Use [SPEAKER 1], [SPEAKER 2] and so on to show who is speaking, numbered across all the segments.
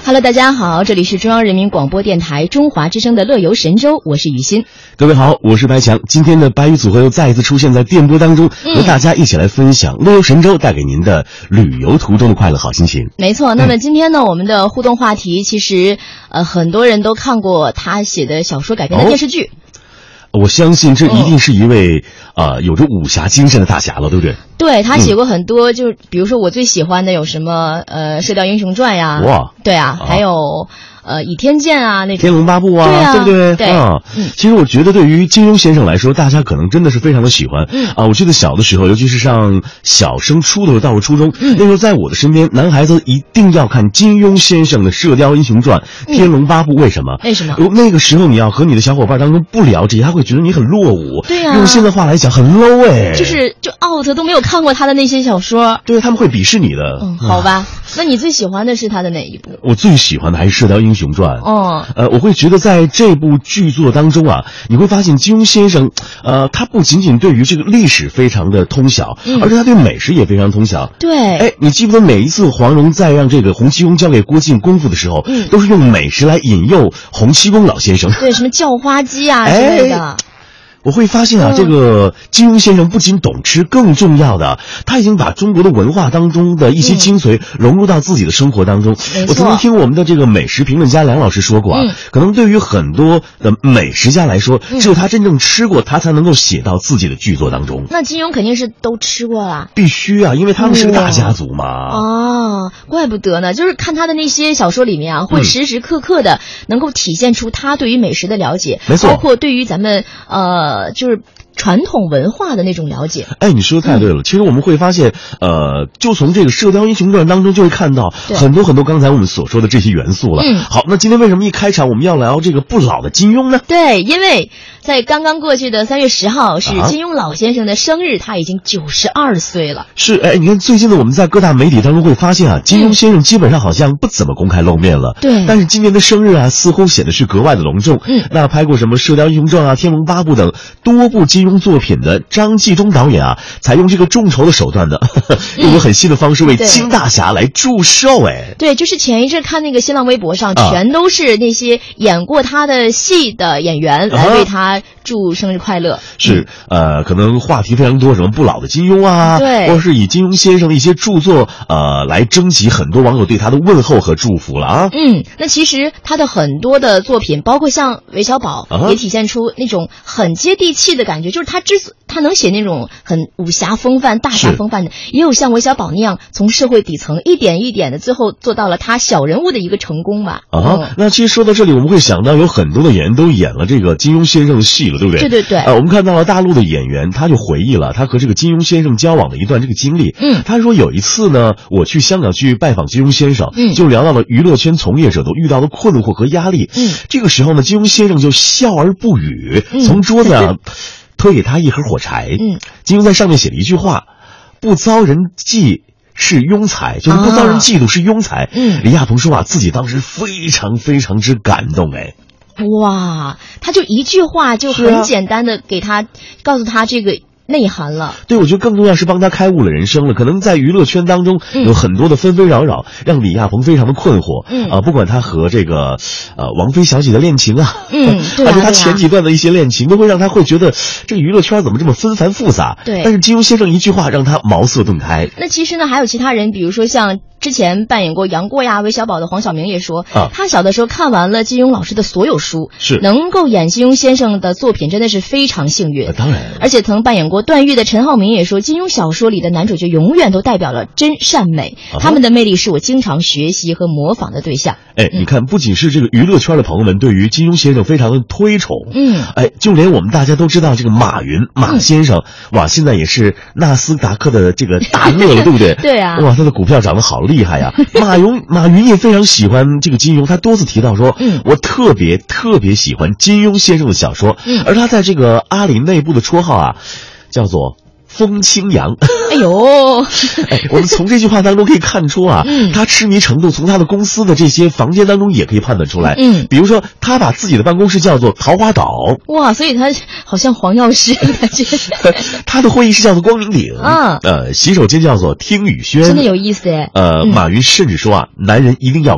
[SPEAKER 1] Hello， 大家好，这里是中央人民广播电台中华之声的乐游神州，我是雨欣。
[SPEAKER 2] 各位好，我是白强。今天的白宇组合又再一次出现在电波当中，和大家一起来分享乐游神州带给您的旅游途中的快乐好心情。
[SPEAKER 1] 没错，那么今天呢，我们的互动话题其实很多人都看过他写的小说改编的电视剧。
[SPEAKER 2] 我相信这一定是一位有着武侠精神的大侠了，对不对？
[SPEAKER 1] 对，他写过很多，就比如说我最喜欢的有什么射雕英雄传呀，
[SPEAKER 2] 哇，
[SPEAKER 1] 对啊，还有倚天剑啊，那种
[SPEAKER 2] 天龙八部啊，对不对？
[SPEAKER 1] 对
[SPEAKER 2] 其实我觉得对于金庸先生来说，大家可能真的是非常的喜欢。我记得小的时候，尤其是上小升初的时候，到了初中，那时候在我的身边，男孩子一定要看金庸先生的《射雕英雄传》天龙八部。为什么？
[SPEAKER 1] 为什么？
[SPEAKER 2] 那个时候你要和你的小伙伴当中不了解，他会觉得你很落伍。
[SPEAKER 1] 对呀，
[SPEAKER 2] 用现在话来讲，很 low 哎。
[SPEAKER 1] 就 out 都没有看过他的那些小说。
[SPEAKER 2] 对，他们会鄙视你的。
[SPEAKER 1] 好吧，那你最喜欢的是他的哪一部？
[SPEAKER 2] 我最喜欢的还是《射雕英雄传》。我会觉得在这部剧作当中啊，你会发现金庸先生，他不仅仅对于这个历史非常的通晓，而且他对美食也非常通晓。
[SPEAKER 1] 对，
[SPEAKER 2] 你记不得每一次黄蓉在让这个洪七公交给郭靖功夫的时候，都是用美食来引诱洪七公老先生。
[SPEAKER 1] 对，什么叫花鸡啊之类的。
[SPEAKER 2] 我会发现啊，这个金庸先生不仅懂吃，更重要的，他已经把中国的文化当中的一些精髓融入到自己的生活当中。我曾经听我们的这个美食评论家梁老师说过啊，可能对于很多的美食家来说，只有他真正吃过，他才能够写到自己的剧作当中。
[SPEAKER 1] 那金庸肯定是都吃过啦，
[SPEAKER 2] 必须啊，因为他们是个大家族嘛。
[SPEAKER 1] 怪不得呢，就是看他的那些小说里面啊，会时时刻刻的能够体现出他对于美食的了解，
[SPEAKER 2] 没错，
[SPEAKER 1] 包括对于咱们就是传统文化的那种了解。
[SPEAKER 2] 你说的太对了。其实我们会发现，就从这个《射雕英雄传》当中就会看到很多很多刚才我们所说的这些元素了。好，那今天为什么一开场我们要聊这个不老的金庸呢？
[SPEAKER 1] 对，因为在刚刚过去的3月10号是金庸老先生的生日，他已经92岁了。
[SPEAKER 2] 是，你看最近呢，我们在各大媒体当中会发现啊，金庸先生基本上好像不怎么公开露面了。
[SPEAKER 1] 对，
[SPEAKER 2] 但是今年的生日啊，似乎显得是格外的隆重。那拍过什么《射雕英雄传》啊、《天龙八部》等多部金庸作品的张纪中导演啊，采用这个众筹的手段的，用个很新的方式为金大侠来祝寿。
[SPEAKER 1] 对，就是前一阵看那个新浪微博上，全都是那些演过他的戏的演员来为他祝生日快乐。
[SPEAKER 2] 是，可能话题非常多，什么不老的金庸啊，
[SPEAKER 1] 对，
[SPEAKER 2] 或者是以金庸先生的一些著作，来征集很多网友对他的问候和祝福了啊。
[SPEAKER 1] 那其实他的很多的作品，包括像韦小宝，也体现出那种很接地气的感觉，就是他能写那种很武侠风范、大侠风范的，也有像韦小宝那样从社会底层一点一点的，最后做到了他小人物的一个成功吧。
[SPEAKER 2] 那其实说到这里，我们会想到有很多的演员都演了这个金庸先生的戏了，对不对？
[SPEAKER 1] 对。
[SPEAKER 2] 我们看到了大陆的演员，他就回忆了他和这个金庸先生交往的一段这个经历。他说有一次呢，我去香港去拜访金庸先生，就聊到了娱乐圈从业者都遇到的困惑和压力。这个时候呢，金庸先生就笑而不语，从桌子上推给他一盒火柴。金庸在上面写了一句话：不遭人忌是庸才，就是不遭人嫉妒是庸才。李亚鹏说啊，自己当时非常非常之感动。
[SPEAKER 1] 哇，他就一句话就很简单的给他告诉他这个内涵了。
[SPEAKER 2] 对，我觉得更重要是帮他开悟了人生了。可能在娱乐圈当中有很多的纷纷扰扰，让李亚鹏非常的困惑。不管他和这个王菲小姐的恋情啊，还是他前几段的一些恋情，都会让他会觉得这个娱乐圈怎么这么纷繁复杂。
[SPEAKER 1] 对，
[SPEAKER 2] 但是金庸先生一句话让他茅塞顿开。
[SPEAKER 1] 那其实呢，还有其他人，比如说像之前扮演过杨过呀、韦小宝的黄晓明也说，他小的时候看完了金庸老师的所有书，能够演金庸先生的作品真的是非常幸运。
[SPEAKER 2] 当然，
[SPEAKER 1] 而且曾扮演过段誉的陈浩民也说，金庸小说里的男主角永远都代表了真善美，他们的魅力是我经常学习和模仿的对象。
[SPEAKER 2] 你看，不仅是这个娱乐圈的朋友们对于金庸先生非常的推崇，就连我们大家都知道这个马云马先生，哇，现在也是纳斯达克的这个大鳄了，对不对？
[SPEAKER 1] 对啊，
[SPEAKER 2] 哇，他的股票涨得好厉害呀！马云也非常喜欢这个金庸，他多次提到说，我特别特别喜欢金庸先生的小说，而他在这个阿里内部的绰号啊，叫做风清扬。
[SPEAKER 1] 哎呦，
[SPEAKER 2] 我们从这句话当中可以看出啊，他痴迷程度从他的公司的这些房间当中也可以判断出来。比如说他把自己的办公室叫做桃花岛。
[SPEAKER 1] 哇，所以他好像黄药师的感觉。
[SPEAKER 2] 他的会议室叫做光明顶。洗手间叫做听雨轩。
[SPEAKER 1] 真的有意思哎。
[SPEAKER 2] 马云甚至说啊，男人一定要看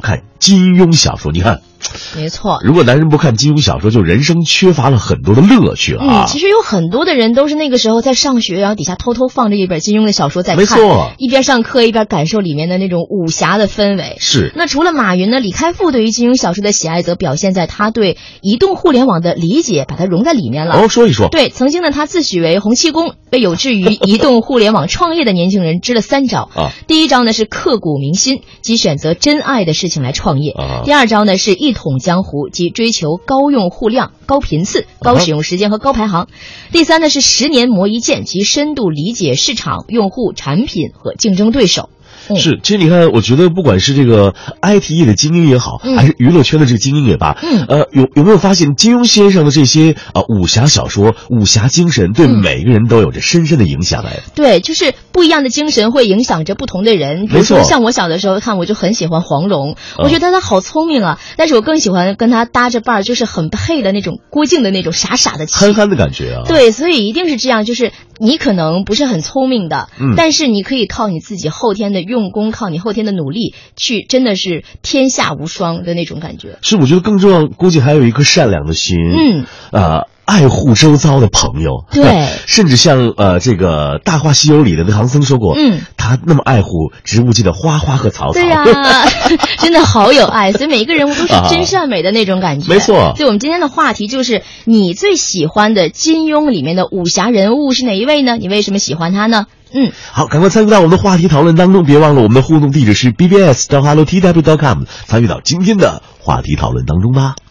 [SPEAKER 2] 金庸小说，你看。
[SPEAKER 1] 没错，
[SPEAKER 2] 如果男人不看金庸小说，就人生缺乏了很多的乐趣了啊。
[SPEAKER 1] 其实有很多的人都是那个时候在上学，然后底下偷偷放着一本金庸的小说在看，
[SPEAKER 2] 没错，
[SPEAKER 1] 一边上课一边感受里面的那种武侠的氛围。
[SPEAKER 2] 是。
[SPEAKER 1] 那除了马云呢，李开复对于金庸小说的喜爱则表现在他对移动互联网的理解，把它融在里面了。
[SPEAKER 2] 说一说。
[SPEAKER 1] 对，曾经呢，他自诩为洪七公，为有志于移动互联网创业的年轻人支了3招
[SPEAKER 2] 啊。
[SPEAKER 1] 第一招呢是刻骨铭心，即选择真爱的事情来创业。第二招呢是一统江湖，即追求高用户量、高频次、高使用时间和高排行。第三呢是10年磨一剑，即深度理解市场、用户、产品和竞争对手。
[SPEAKER 2] 是，其实你看，我觉得不管是这个 IT 业的精英也好，还是娱乐圈的这个精英也罢，有没有发现金庸先生的这些武侠小说、武侠精神对每个人都有着深深的影响哎。
[SPEAKER 1] 对，就是不一样的精神会影响着不同的人。比如说像我小的时候看，我就很喜欢黄蓉，我觉得他好聪明啊，但是我更喜欢跟他搭着伴儿，就是很配的那种郭靖的那种傻傻的气，
[SPEAKER 2] 憨憨的感觉啊。
[SPEAKER 1] 对，所以一定是这样，就是你可能不是很聪明的，但是你可以靠你自己后天的用功，靠你后天的努力去，真的是天下无双的那种感觉。
[SPEAKER 2] 是，我觉得更重要，估计还有一颗善良的心，爱护周遭的朋友，
[SPEAKER 1] 对，
[SPEAKER 2] 甚至像这个《大话西游》里的唐僧说过，他那么爱护植物界的花花和草草，
[SPEAKER 1] 对呀，真的好有爱，所以每一个人物都是真善美的那种感觉，
[SPEAKER 2] 没错。
[SPEAKER 1] 所以我们今天的话题就是你最喜欢的金庸里面的武侠人物是哪一位呢？你为什么喜欢他呢？
[SPEAKER 2] 好，赶快参与到我们的话题讨论当中，别忘了我们的互动地址是 bbs.hello.tw.com， 参与到今天的话题讨论当中吧。